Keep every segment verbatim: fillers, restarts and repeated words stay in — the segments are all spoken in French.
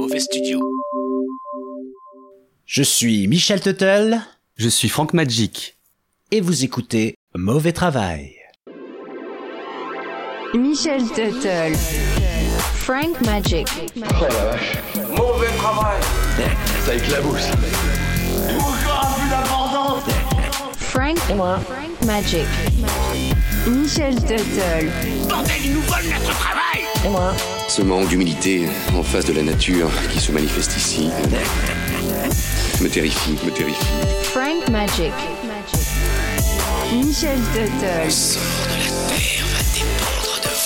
Mauvais Studio. Je suis Michel Tuttle. Je suis Frank Magic. Et vous écoutez Mauvais Travail. Michel Tuttle. Frank Magic. Oh la vache. Mauvais travail. Ça éclabousse. Encore un peu d'abondance. Frank et moi. Frank Magic. Michel Tuttle. Bordel, ils nous volent notre travail. Et moi. Ce manque d'humilité en face de la nature qui se manifeste ici me terrifie, me terrifie. Frank Magic. Michel Tuttle. Le sort de la terre va dépendre de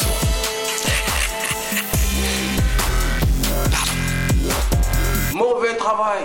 vous. Pardon. Mauvais travail.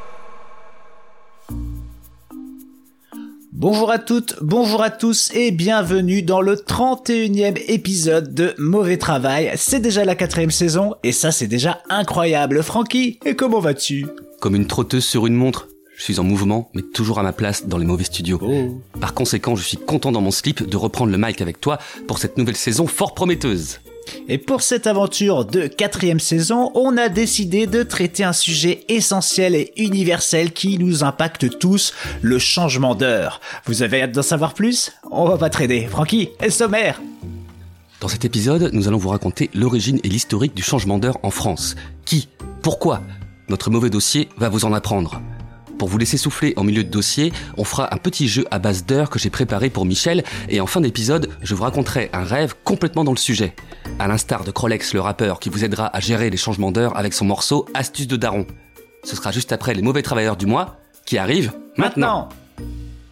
Bonjour à toutes, bonjour à tous et bienvenue dans le trente et unième épisode de Mauvais Travail. C'est déjà la quatrième saison et ça c'est déjà incroyable. Francky, et comment vas-tu ? Comme une trotteuse sur une montre, je suis en mouvement mais toujours à ma place dans les mauvais studios. Oh. Par conséquent, je suis content dans mon slip de reprendre le mic avec toi pour cette nouvelle saison fort prometteuse. Et pour cette aventure de quatrième saison, on a décidé de traiter un sujet essentiel et universel qui nous impacte tous, le changement d'heure. Vous avez hâte d'en savoir plus ? On va pas trader. Francky, et sommaire ? Dans cet épisode, nous allons vous raconter l'origine et l'historique du changement d'heure en France. Qui ? Pourquoi ? Notre mauvais dossier va vous en apprendre. Pour vous laisser souffler en milieu de dossier, on fera un petit jeu à base d'heures que j'ai préparé pour Michel et en fin d'épisode, je vous raconterai un rêve complètement dans le sujet. À l'instar de Crolex le rappeur qui vous aidera à gérer les changements d'heure avec son morceau Astuce de Daron. Ce sera juste après les mauvais travailleurs du mois qui arrivent maintenant. maintenant.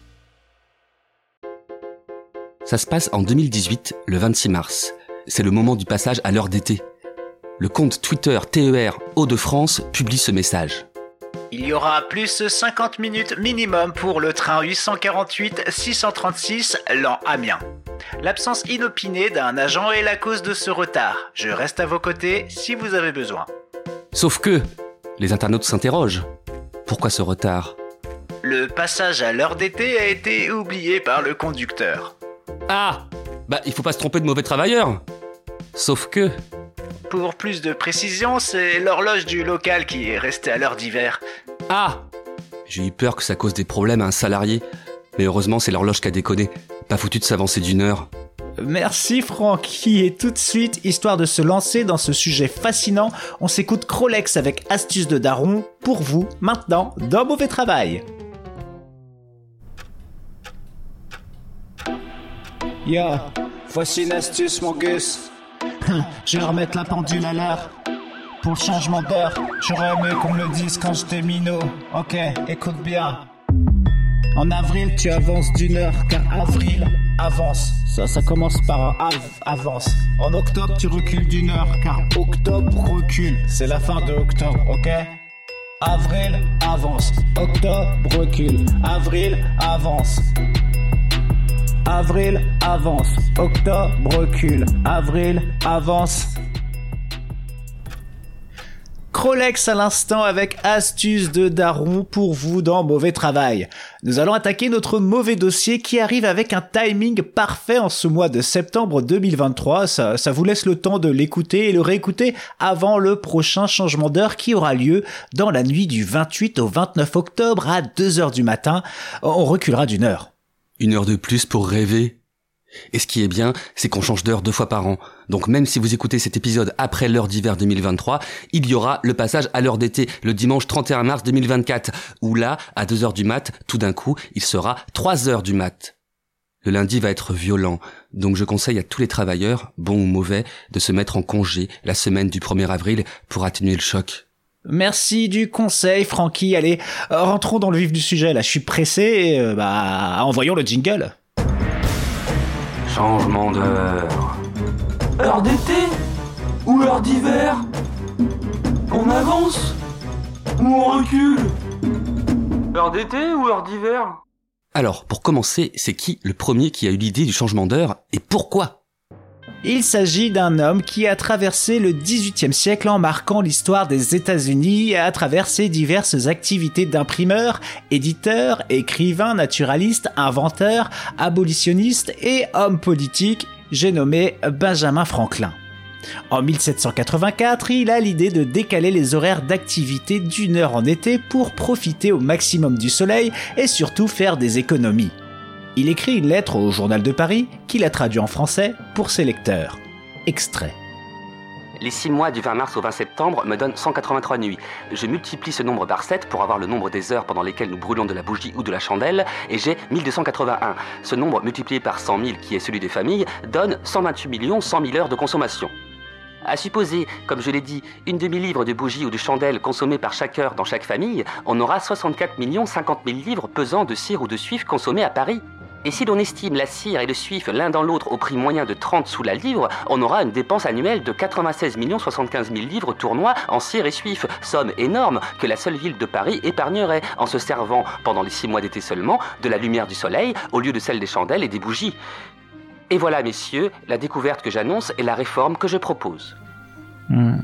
Ça se passe en deux mille dix-huit, le vingt-six mars. C'est le moment du passage à l'heure d'été. Le compte Twitter T E R Hauts-de-France publie ce message. Il y aura plus cinquante minutes minimum pour le train huit cent quarante-huit six cent trente-six Laon-Amiens. L'absence inopinée d'un agent est la cause de ce retard. Je reste à vos côtés si vous avez besoin. Sauf que, les internautes s'interrogent. Pourquoi ce retard ? Le passage à l'heure d'été a été oublié par le conducteur. Ah ! Bah, il faut pas se tromper de mauvais travailleurs. Sauf que... Pour plus de précision, c'est l'horloge du local qui est restée à l'heure d'hiver. Ah ! J'ai eu peur que ça cause des problèmes à un salarié. Mais heureusement, c'est l'horloge qui a déconné. Pas foutu de s'avancer d'une heure. Merci Francky, et tout de suite, histoire de se lancer dans ce sujet fascinant, on s'écoute Crolex avec Astuce de Daron, pour vous, maintenant, dans Mauvais Travail. Yo, voici une astuce mon Gus. Je vais remettre la pendule à l'heure. Pour le changement d'heure, j'aurais aimé qu'on me le dise quand j'étais minot. Ok, écoute bien. En avril, tu avances d'une heure, car avril avance. Ça, ça commence par un av, avance. En octobre, tu recules d'une heure, car octobre recule. C'est la fin de octobre, ok? Avril avance. Octobre recule. Avril avance. Avril avance, octobre recule, avril avance. Crolex à l'instant avec Astuce de Daron pour vous dans Mauvais Travail. Nous allons attaquer notre mauvais dossier qui arrive avec un timing parfait en ce mois de septembre deux mille vingt-trois. Ça, ça vous laisse le temps de l'écouter et le réécouter avant le prochain changement d'heure qui aura lieu dans la nuit du vingt-huit au vingt-neuf octobre à deux heures du matin. On reculera d'une heure. Une heure de plus pour rêver. Et ce qui est bien, c'est qu'on change d'heure deux fois par an. Donc même si vous écoutez cet épisode après l'heure d'hiver deux mille vingt-trois, il y aura le passage à l'heure d'été, le dimanche trente et un mars deux mille vingt-quatre, où là, à deux heures du mat, tout d'un coup, il sera trois heures du mat. Le lundi va être violent, donc je conseille à tous les travailleurs, bons ou mauvais, de se mettre en congé la semaine du premier avril pour atténuer le choc. Merci du conseil, Francky. Allez, euh, rentrons dans le vif du sujet. Là, je suis pressé. Et, euh, bah, envoyons le jingle. Changement d'heure. Heure d'été ou heure d'hiver? On avance ou on recule? Heure d'été ou heure d'hiver? Alors, pour commencer, c'est qui le premier qui a eu l'idée du changement d'heure et pourquoi ? Il s'agit d'un homme qui a traversé le dix-huitième siècle en marquant l'histoire des États-Unis à travers ses diverses activités d'imprimeur, éditeur, écrivain, naturaliste, inventeur, abolitionniste et homme politique, j'ai nommé Benjamin Franklin. En mille sept cent quatre-vingt-quatre, il a l'idée de décaler les horaires d'activité d'une heure en été pour profiter au maximum du soleil et surtout faire des économies. Il écrit une lettre au Journal de Paris qu'il a traduit en français pour ses lecteurs. Extrait. Les six mois du vingt mars au vingt septembre me donnent cent quatre-vingt-trois nuits. Je multiplie ce nombre par sept pour avoir le nombre des heures pendant lesquelles nous brûlons de la bougie ou de la chandelle, et j'ai mille deux cent quatre-vingt-un. Ce nombre multiplié par cent mille, qui est celui des familles, donne cent vingt-huit millions cent mille heures de consommation. À supposer, comme je l'ai dit, une demi-livre de bougie ou de chandelle consommée par chaque heure dans chaque famille, on aura soixante-quatre millions cinquante mille livres pesant de cire ou de suif consommés à Paris. Et si l'on estime la cire et le suif l'un dans l'autre au prix moyen de trente sous la livre, on aura une dépense annuelle de quatre-vingt-seize millions soixante-quinze mille livres tournois en cire et suif, somme énorme que la seule ville de Paris épargnerait en se servant, pendant les six mois d'été seulement, de la lumière du soleil au lieu de celle des chandelles et des bougies. Et voilà, messieurs, la découverte que j'annonce et la réforme que je propose. Mmh.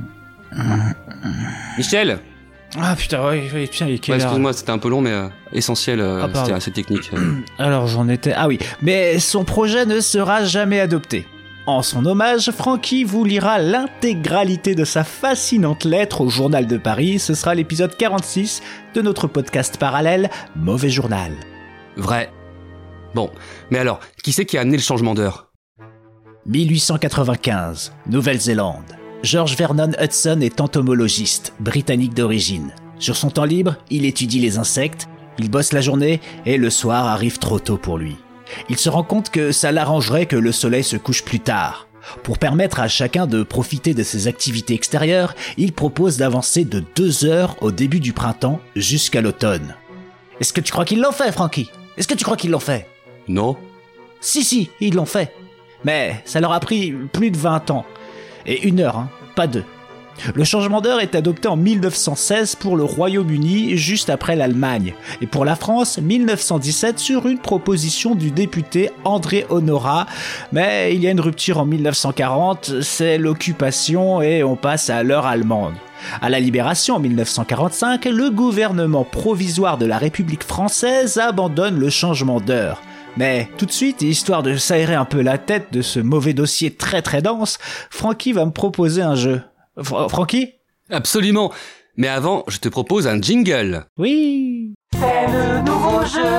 Michel. Ah putain, ouais, ouais putain, il est quelle ouais, heure ? excuse-moi, c'était un peu long, mais euh, essentiel, euh, ah, c'était assez technique. Alors j'en étais... Ah oui, mais son projet ne sera jamais adopté. En son hommage, Francky vous lira l'intégralité de sa fascinante lettre au Journal de Paris. Ce sera l'épisode quarante-six de notre podcast parallèle, Mauvais Journal. Vrai. Bon, mais alors, qui c'est qui a amené le changement d'heure ? mille huit cent quatre-vingt-quinze, Nouvelle-Zélande. George Vernon Hudson est entomologiste, britannique d'origine. Sur son temps libre, il étudie les insectes, il bosse la journée et le soir arrive trop tôt pour lui. Il se rend compte que ça l'arrangerait que le soleil se couche plus tard. Pour permettre à chacun de profiter de ses activités extérieures, il propose d'avancer de deux heures au début du printemps jusqu'à l'automne. Est-ce que tu crois qu'ils l'ont fait, Francky ? Est-ce que tu crois qu'ils l'ont fait ? Non. Si, si, ils l'ont fait. Mais ça leur a pris plus de vingt ans. Et une heure, hein, pas deux. Le changement d'heure est adopté en mille neuf cent seize pour le Royaume-Uni, juste après l'Allemagne. Et pour la France, mille neuf cent dix-sept sur une proposition du député André Honorat. Mais il y a une rupture en mille neuf cent quarante, c'est l'occupation et on passe à l'heure allemande. À la Libération en mille neuf cent quarante-cinq, le gouvernement provisoire de la République française abandonne le changement d'heure. Mais tout de suite, histoire de s'aérer un peu la tête de ce mauvais dossier très très dense, Francky va me proposer un jeu. Fr- Francky ? Absolument. Mais avant, je te propose un jingle. Oui. C'est le nouveau jeu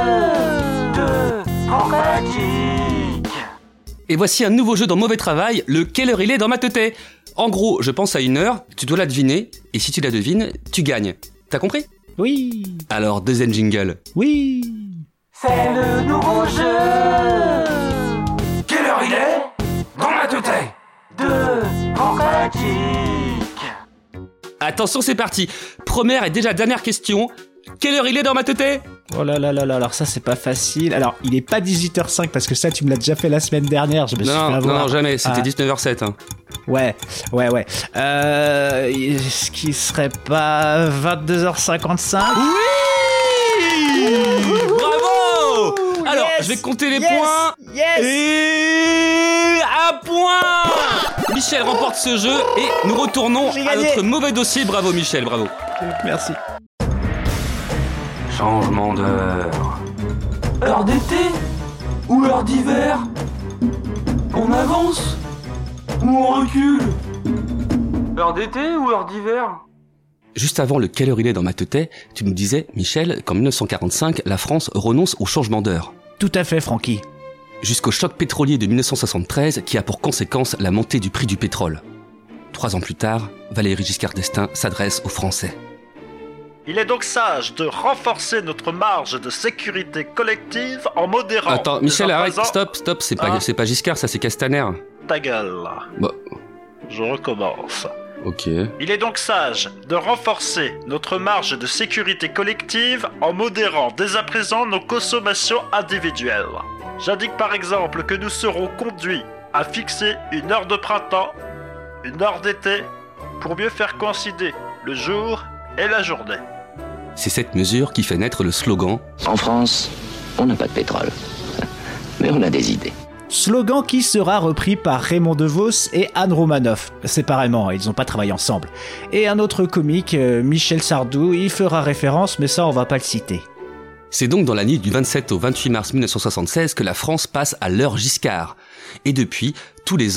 de Franck Magic. Et voici un nouveau jeu dans Mauvais Travail, le Quelle heure il est dans ma tête. En gros, je pense à une heure, tu dois la deviner, et si tu la devines, tu gagnes. T'as compris ? Oui. Alors, deuxième jingle. Oui. C'est le nouveau jeu. Quelle heure il est ? Dans ma tête. De Franck Magic. Attention, c'est parti. Première et déjà dernière question. Quelle heure il est dans ma tête ? Oh là là là là, alors ça c'est pas facile. Alors, il est pas dix-huit heures cinq parce que ça tu me l'as déjà fait la semaine dernière, je me suis fait Non, avoir. non, jamais, c'était Ah. dix-neuf heures sept. Hein. Ouais, ouais, ouais. Euh, est-ce qu'il serait pas vingt-deux heures cinquante-cinq ? Bravo ! Alors, Yes, je vais compter les yes, points. Yes. Et un point. Michel remporte ce jeu et nous retournons J'ai à gagné. notre mauvais dossier. Bravo Michel, bravo. Merci. Changement d'heure. Heure d'été ou heure d'hiver? On avance ou on recule? Heure d'été ou heure d'hiver? Juste avant le Quelle heure il est dans ma tête, tu nous disais, Michel, qu'en dix-neuf cent quarante-cinq, la France renonce au changement d'heure. Tout à fait, Francky. Jusqu'au choc pétrolier de dix-neuf cent soixante-treize qui a pour conséquence la montée du prix du pétrole. Trois ans plus tard, Valéry Giscard d'Estaing s'adresse aux Français. Il est donc sage de renforcer notre marge de sécurité collective en modérant... Attends, Michel, les arrête, imposants- stop, stop, c'est pas, Hein c'est pas Giscard, ça c'est Castaner. Ta gueule. Bon, Je recommence. ok. Il est donc sage de renforcer notre marge de sécurité collective en modérant dès à présent nos consommations individuelles. J'indique par exemple que nous serons conduits à fixer une heure de printemps, une heure d'été, pour mieux faire coïncider le jour et la journée. C'est cette mesure qui fait naître le slogan « En France, on n'a pas de pétrole, mais on a des idées. » Slogan qui sera repris par Raymond DeVos et Anne Romanoff, séparément, ils n'ont pas travaillé ensemble. Et un autre comique, euh, Michel Sardou, il fera référence, mais ça on va pas le citer. C'est donc dans la nuit du vingt-sept au vingt-huit mars mille neuf cent soixante-seize que la France passe à l'heure Giscard. Et depuis, tous les ans,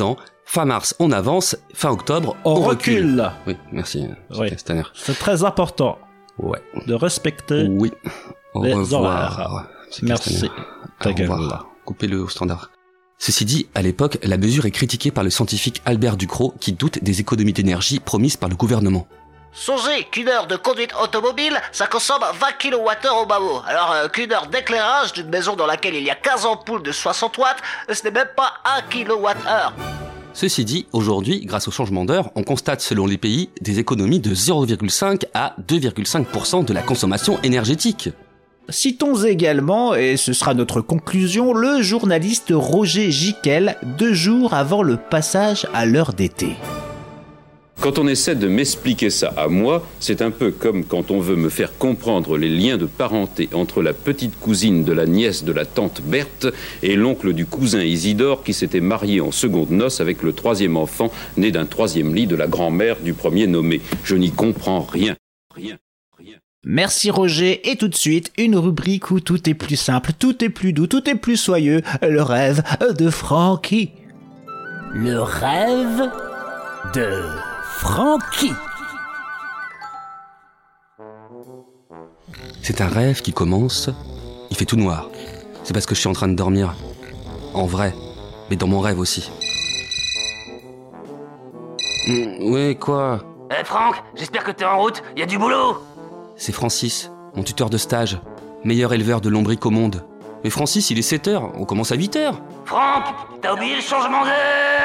Fin mars, on avance. Fin octobre, On on, recule. Oui, merci, Oui. Castaner. C'est très important Ouais. de respecter Oui. Au les revoir. horaires. Monsieur Merci. Castaner. Ta Au revoir. gueule. Coupez-le au standard. Ceci dit, à l'époque, la mesure est critiquée par le scientifique Albert Ducrot qui doute des économies d'énergie promises par le gouvernement. Songez qu'une heure de conduite automobile, ça consomme vingt kilowattheures au bas mot. Alors euh, qu'une heure d'éclairage d'une maison dans laquelle il y a quinze ampoules de soixante watts, ce n'est même pas un kilowattheure. Ceci dit, aujourd'hui, grâce au changement d'heure, on constate selon les pays des économies de zéro virgule cinq à deux virgule cinq pour cent de la consommation énergétique. Citons également, et ce sera notre conclusion, le journaliste Roger Giquel, deux jours avant le passage à l'heure d'été. Quand on essaie de m'expliquer ça à moi, c'est un peu comme quand on veut me faire comprendre les liens de parenté entre la petite cousine de la nièce de la tante Berthe et l'oncle du cousin Isidore qui s'était marié en seconde noces avec le troisième enfant né d'un troisième lit de la grand-mère du premier nommé. Je n'y comprends rien. Rien. Rien. Merci Roger, et tout de suite, une rubrique où tout est plus simple, tout est plus doux, tout est plus soyeux, le rêve de Francky. Le rêve de Francky. C'est un rêve qui commence, il fait tout noir. C'est parce que je suis en train de dormir. En vrai, mais dans mon rêve aussi. Mmh, ouais, quoi? Eh hey Franck, j'espère que t'es en route, y a du boulot. C'est Francis, mon tuteur de stage, meilleur éleveur de lombric au monde. Mais Francis, il est sept heures, on commence à huit heures. Franck, t'as oublié le changement d'heure.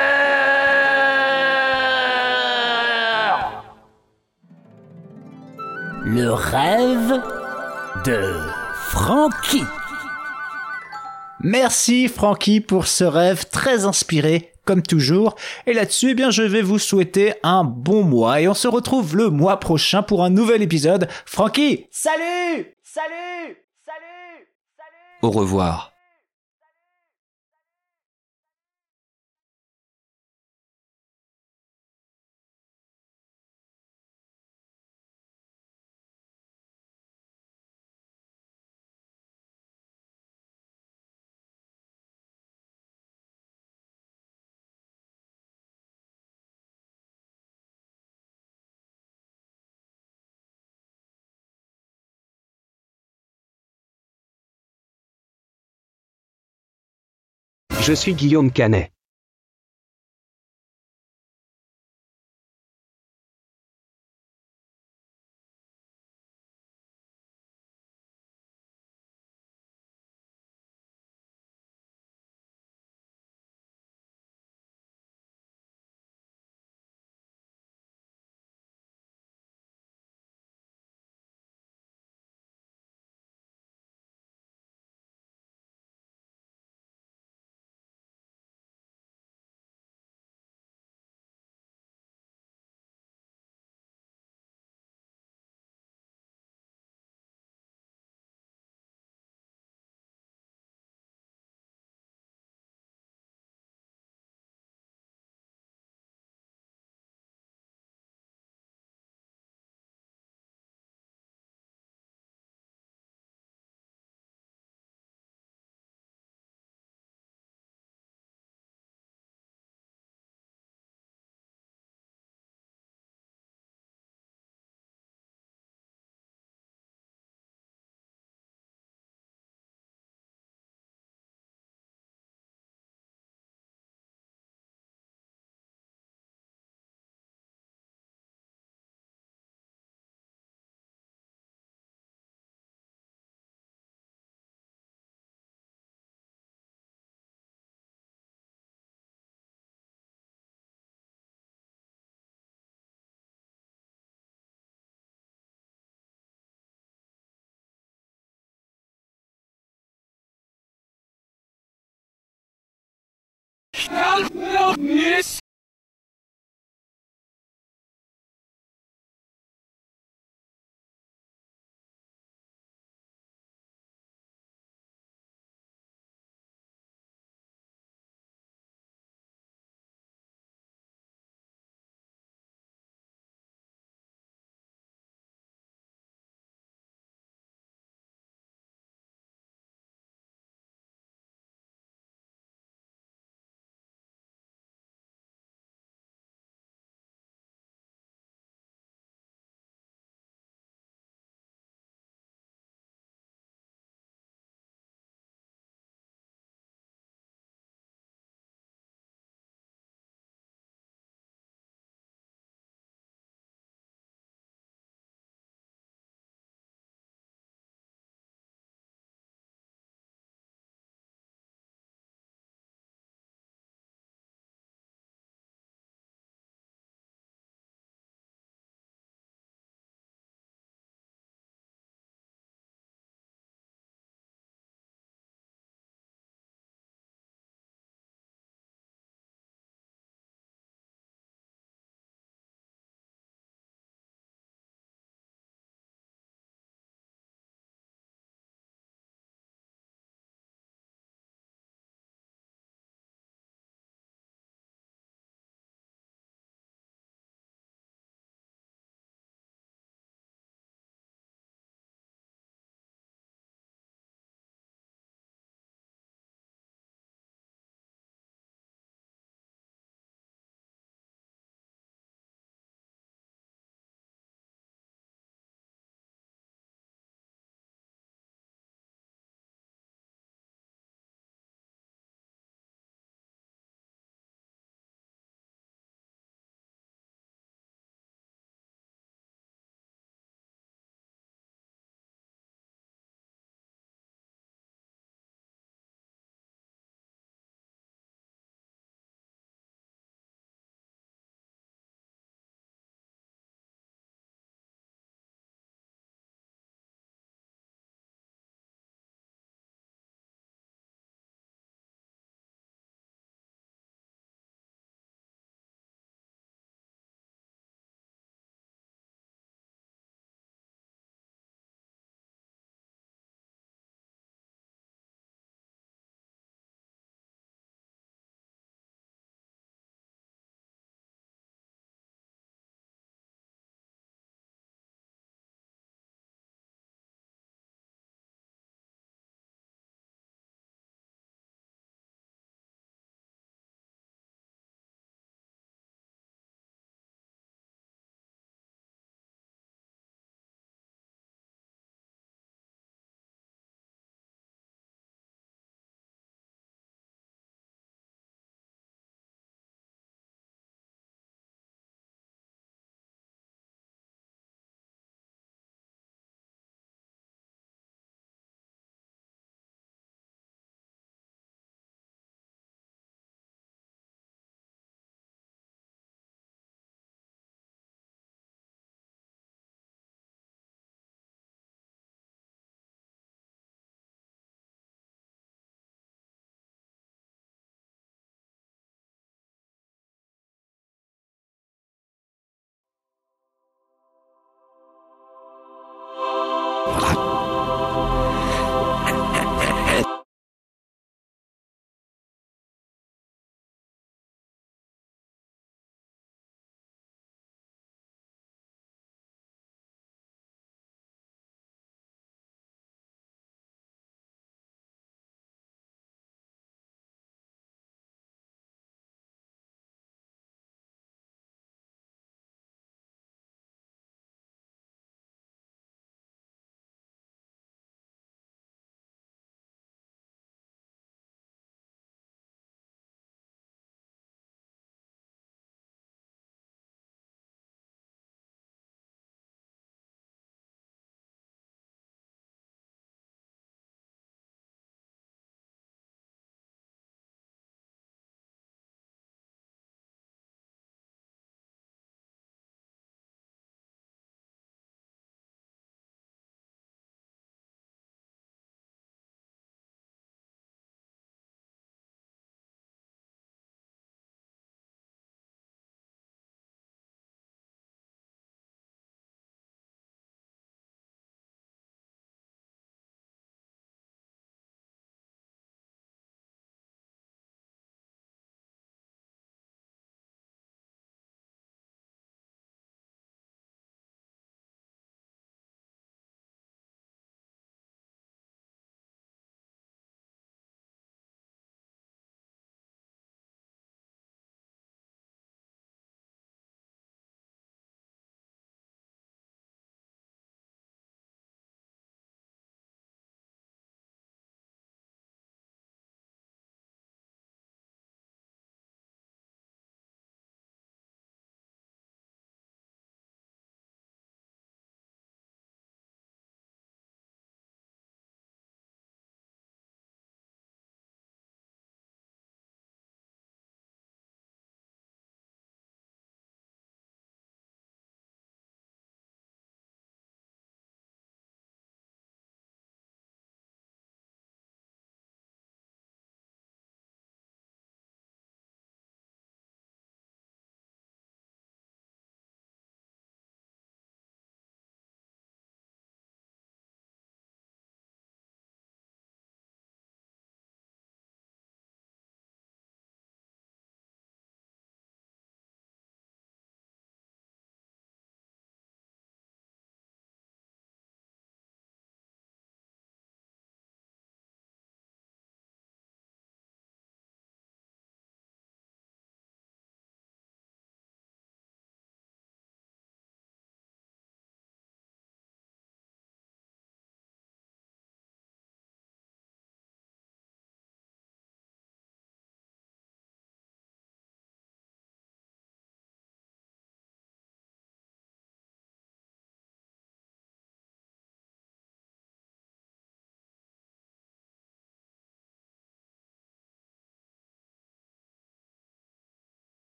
Le rêve de Francky. Merci Francky pour ce rêve très inspiré, comme toujours. Et là-dessus, eh bien, je vais vous souhaiter un bon mois et on se retrouve le mois prochain pour un nouvel épisode. Francky, salut! Salut! Salut! Salut! Au revoir. Je suis Guillaume Canet.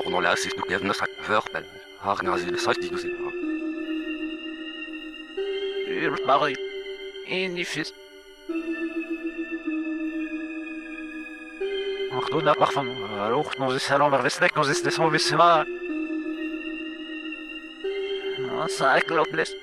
ordnung lässt sich nur das Wörter. Hagen sie das richtig gesehen. Marie, inifis. Ach du, da machen wir auch noch das Salon, aber Westleck, noch ist das so ein bisschen mal. Was sag ich, lässt.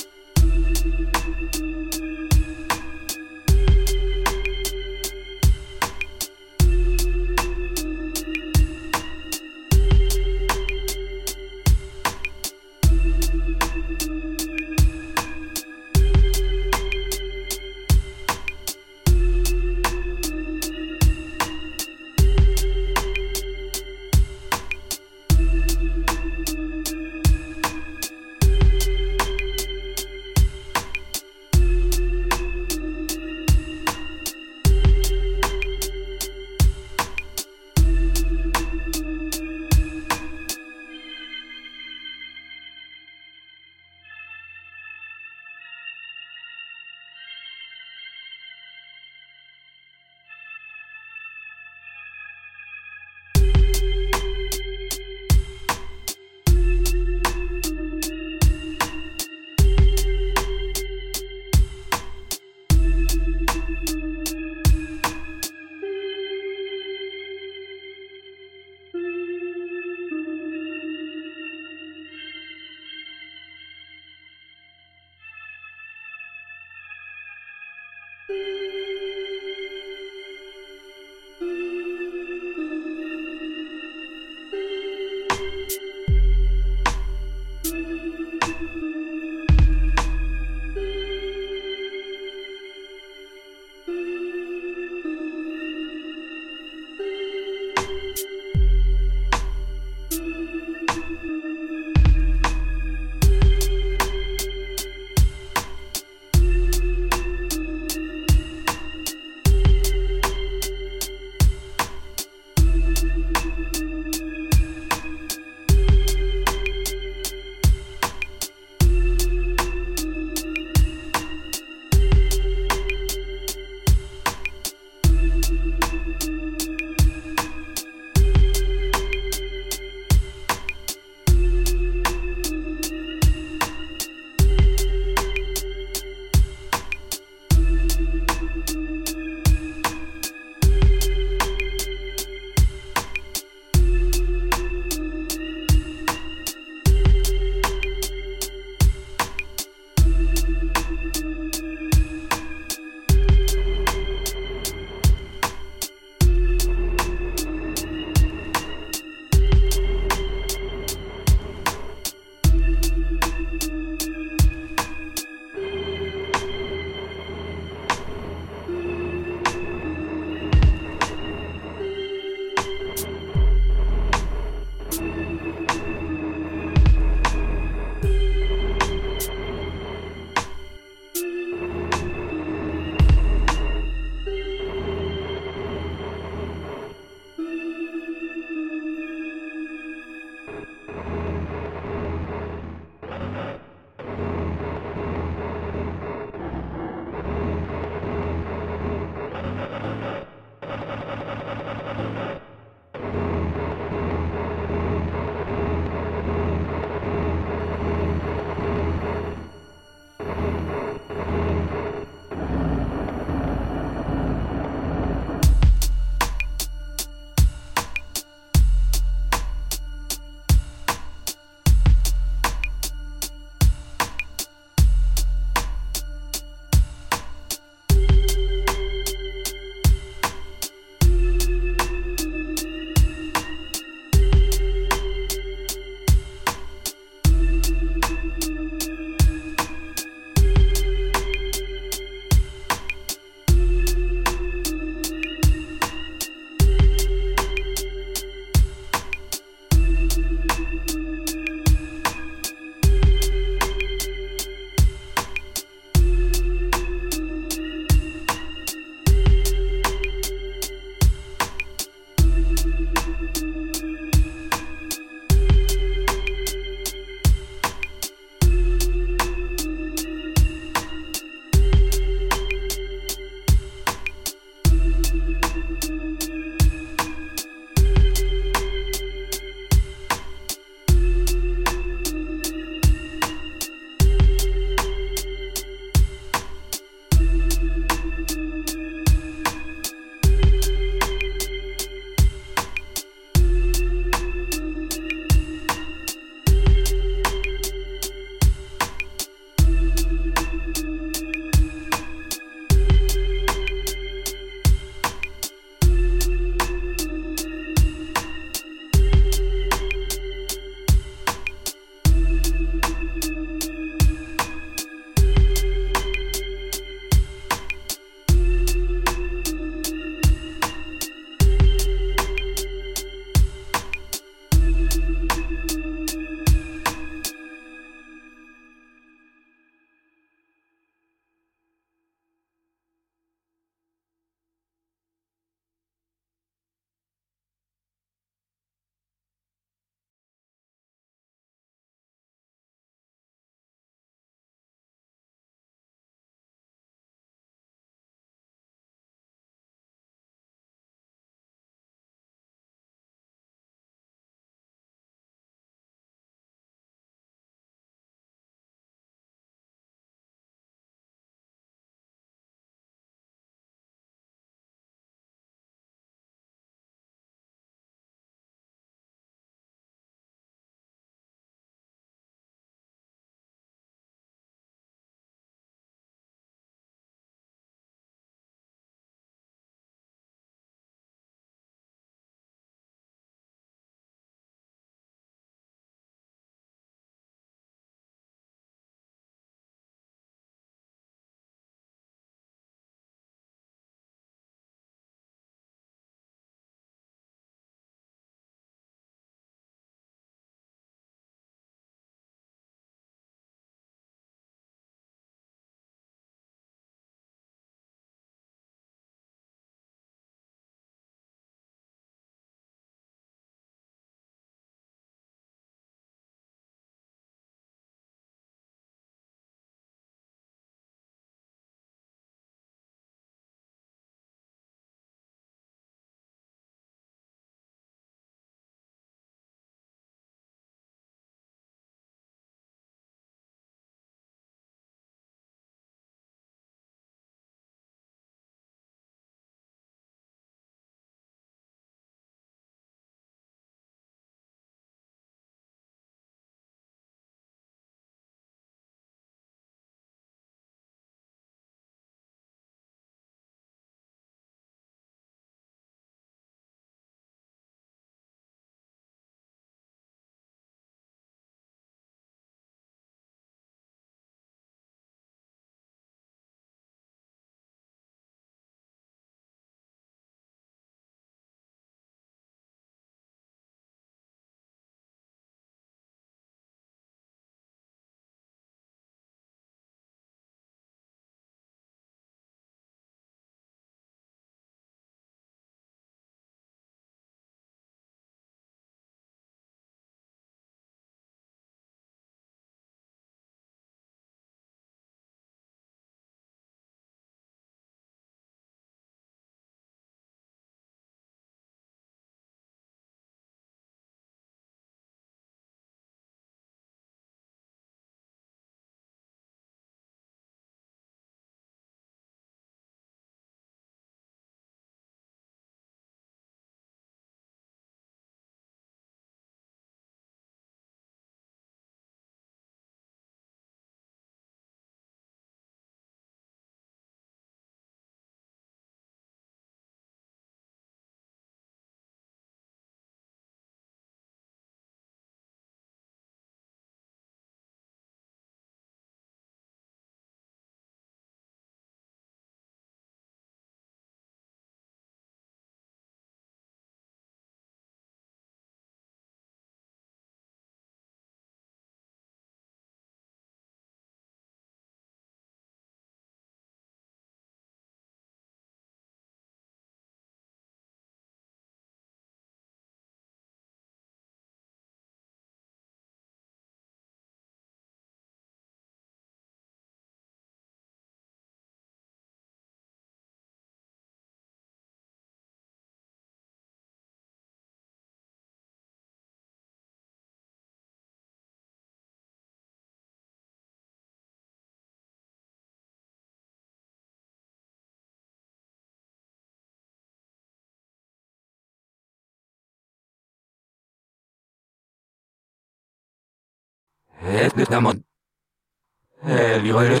Eh, Damon. Eh, livrez-le.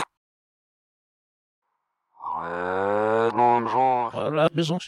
Euh, non, genre... La maison.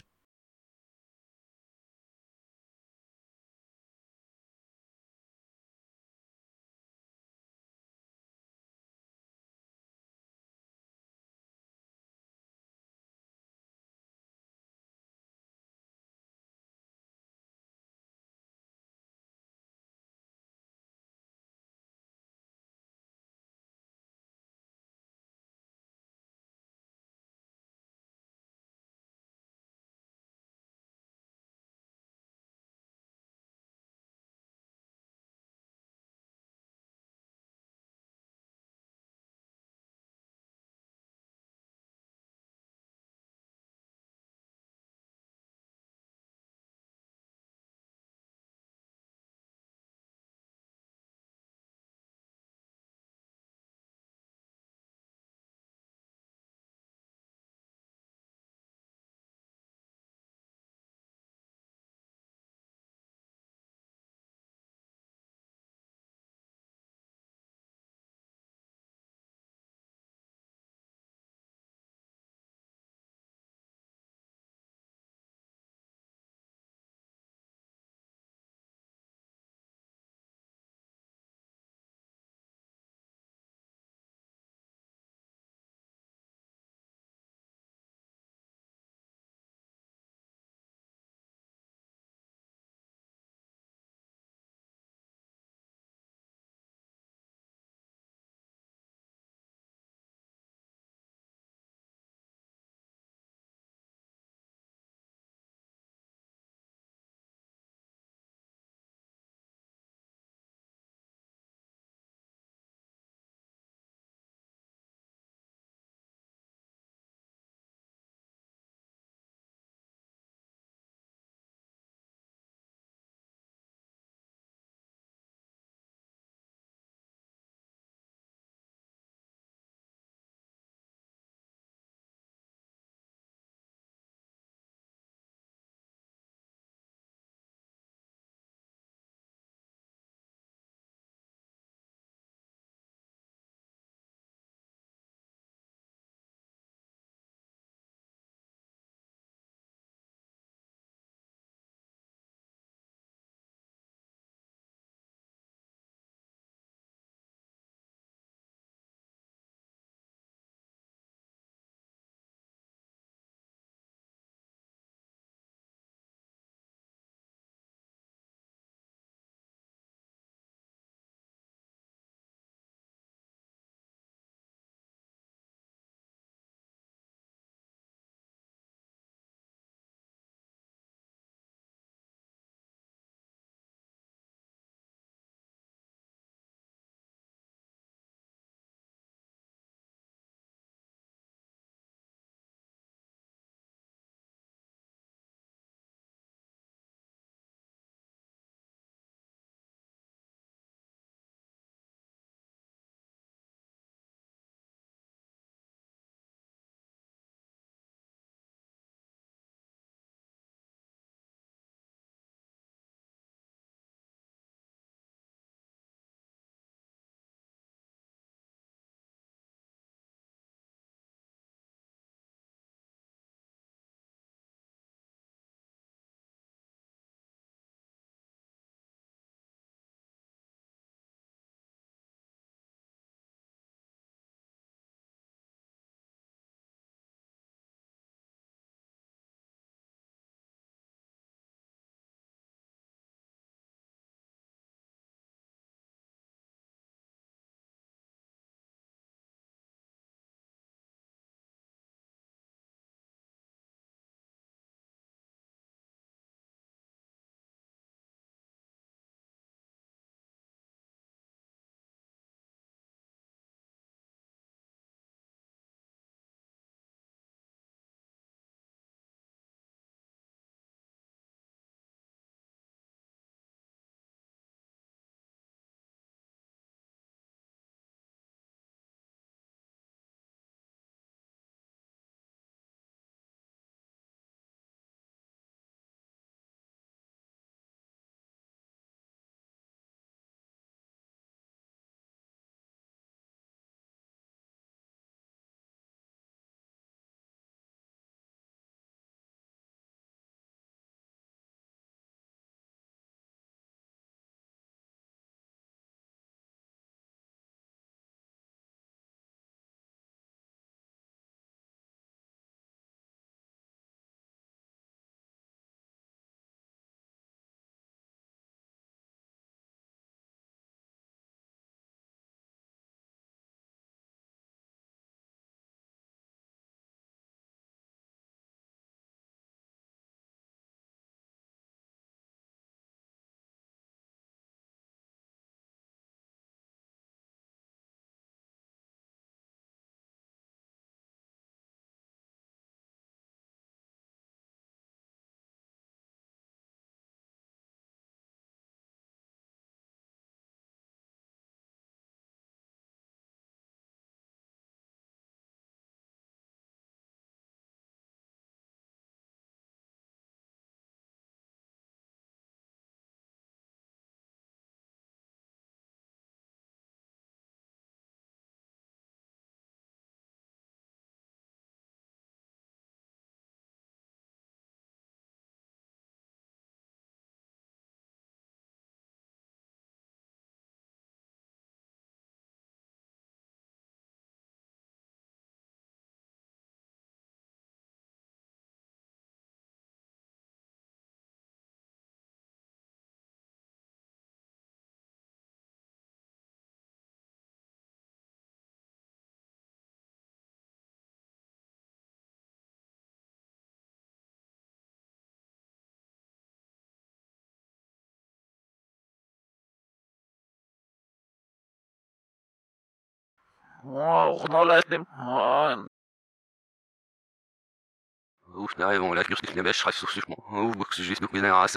Ouf, derrière, bon, la cursus, les mèches, reste sur ce chemin. Ouf, que j'ai ce race.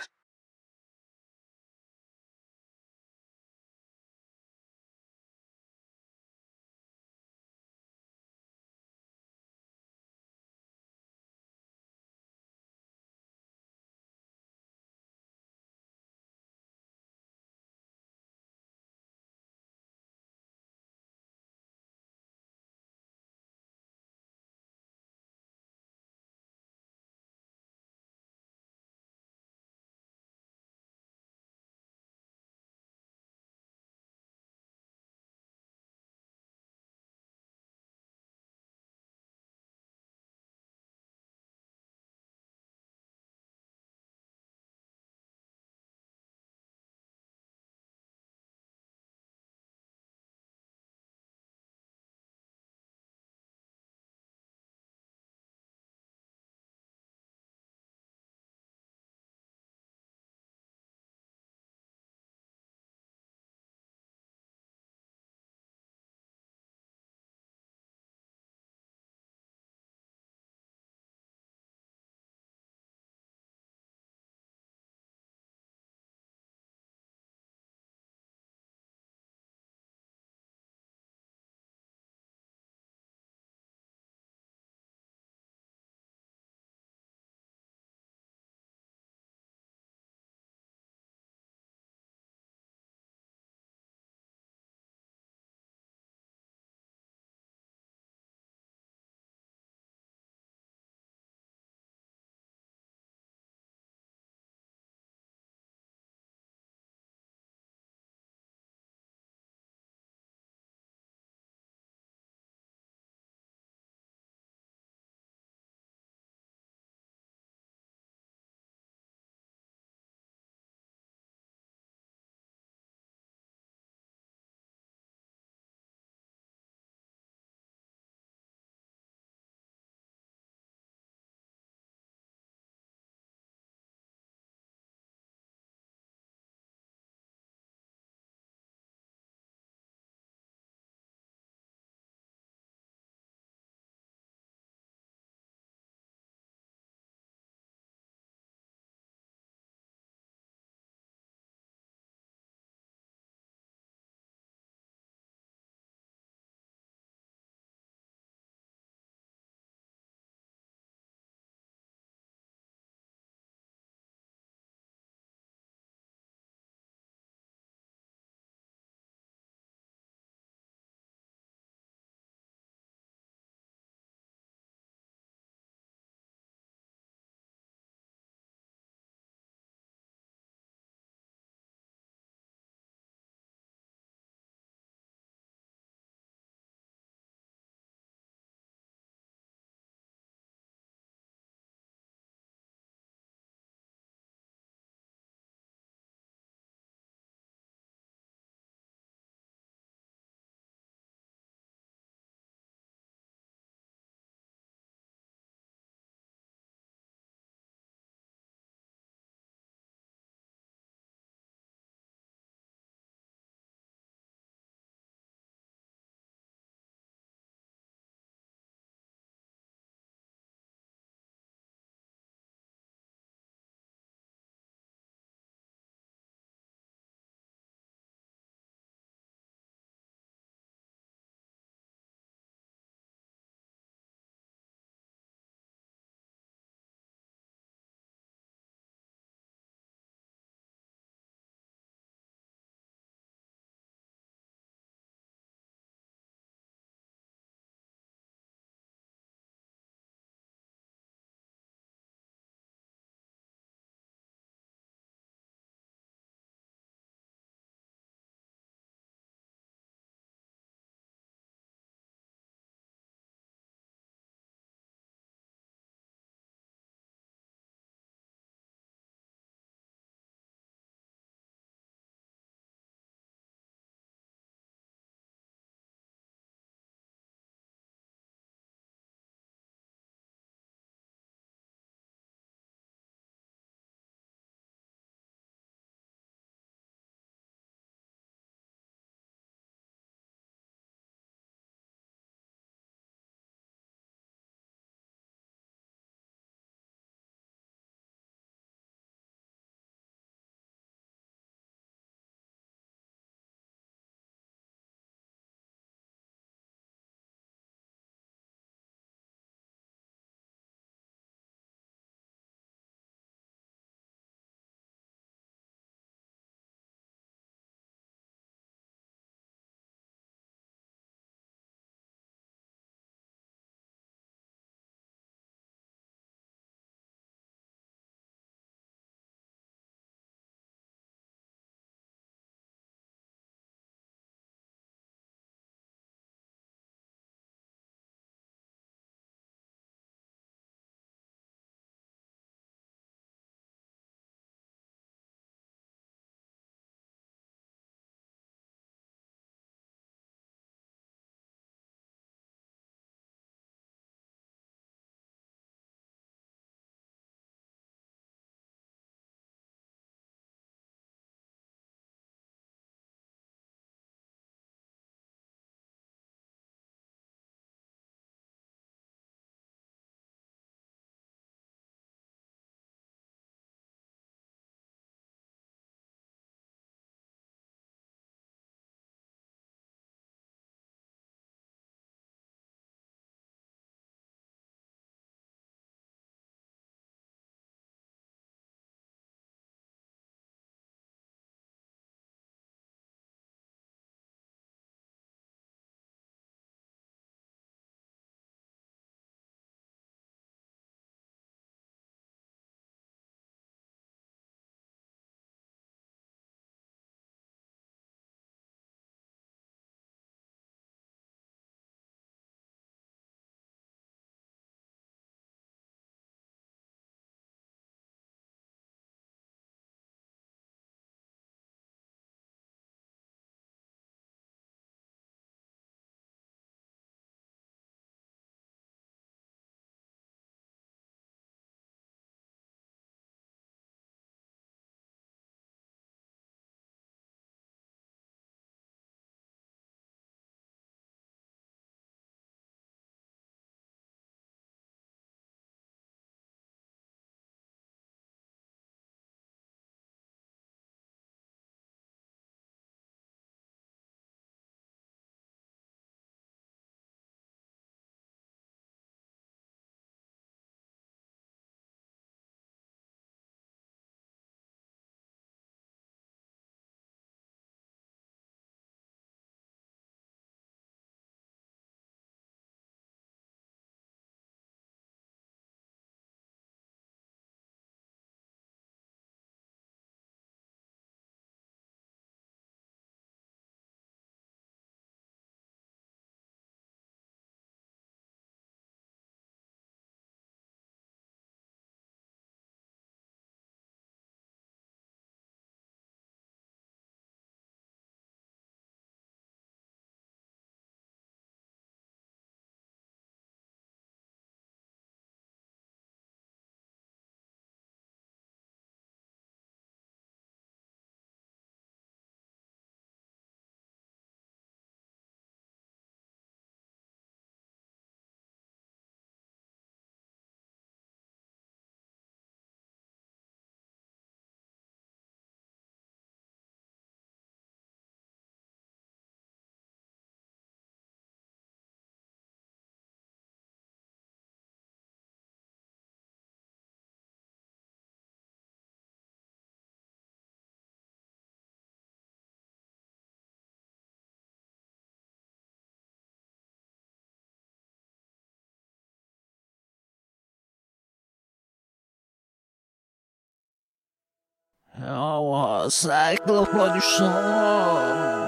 Oh, ça éclate-moi du sang.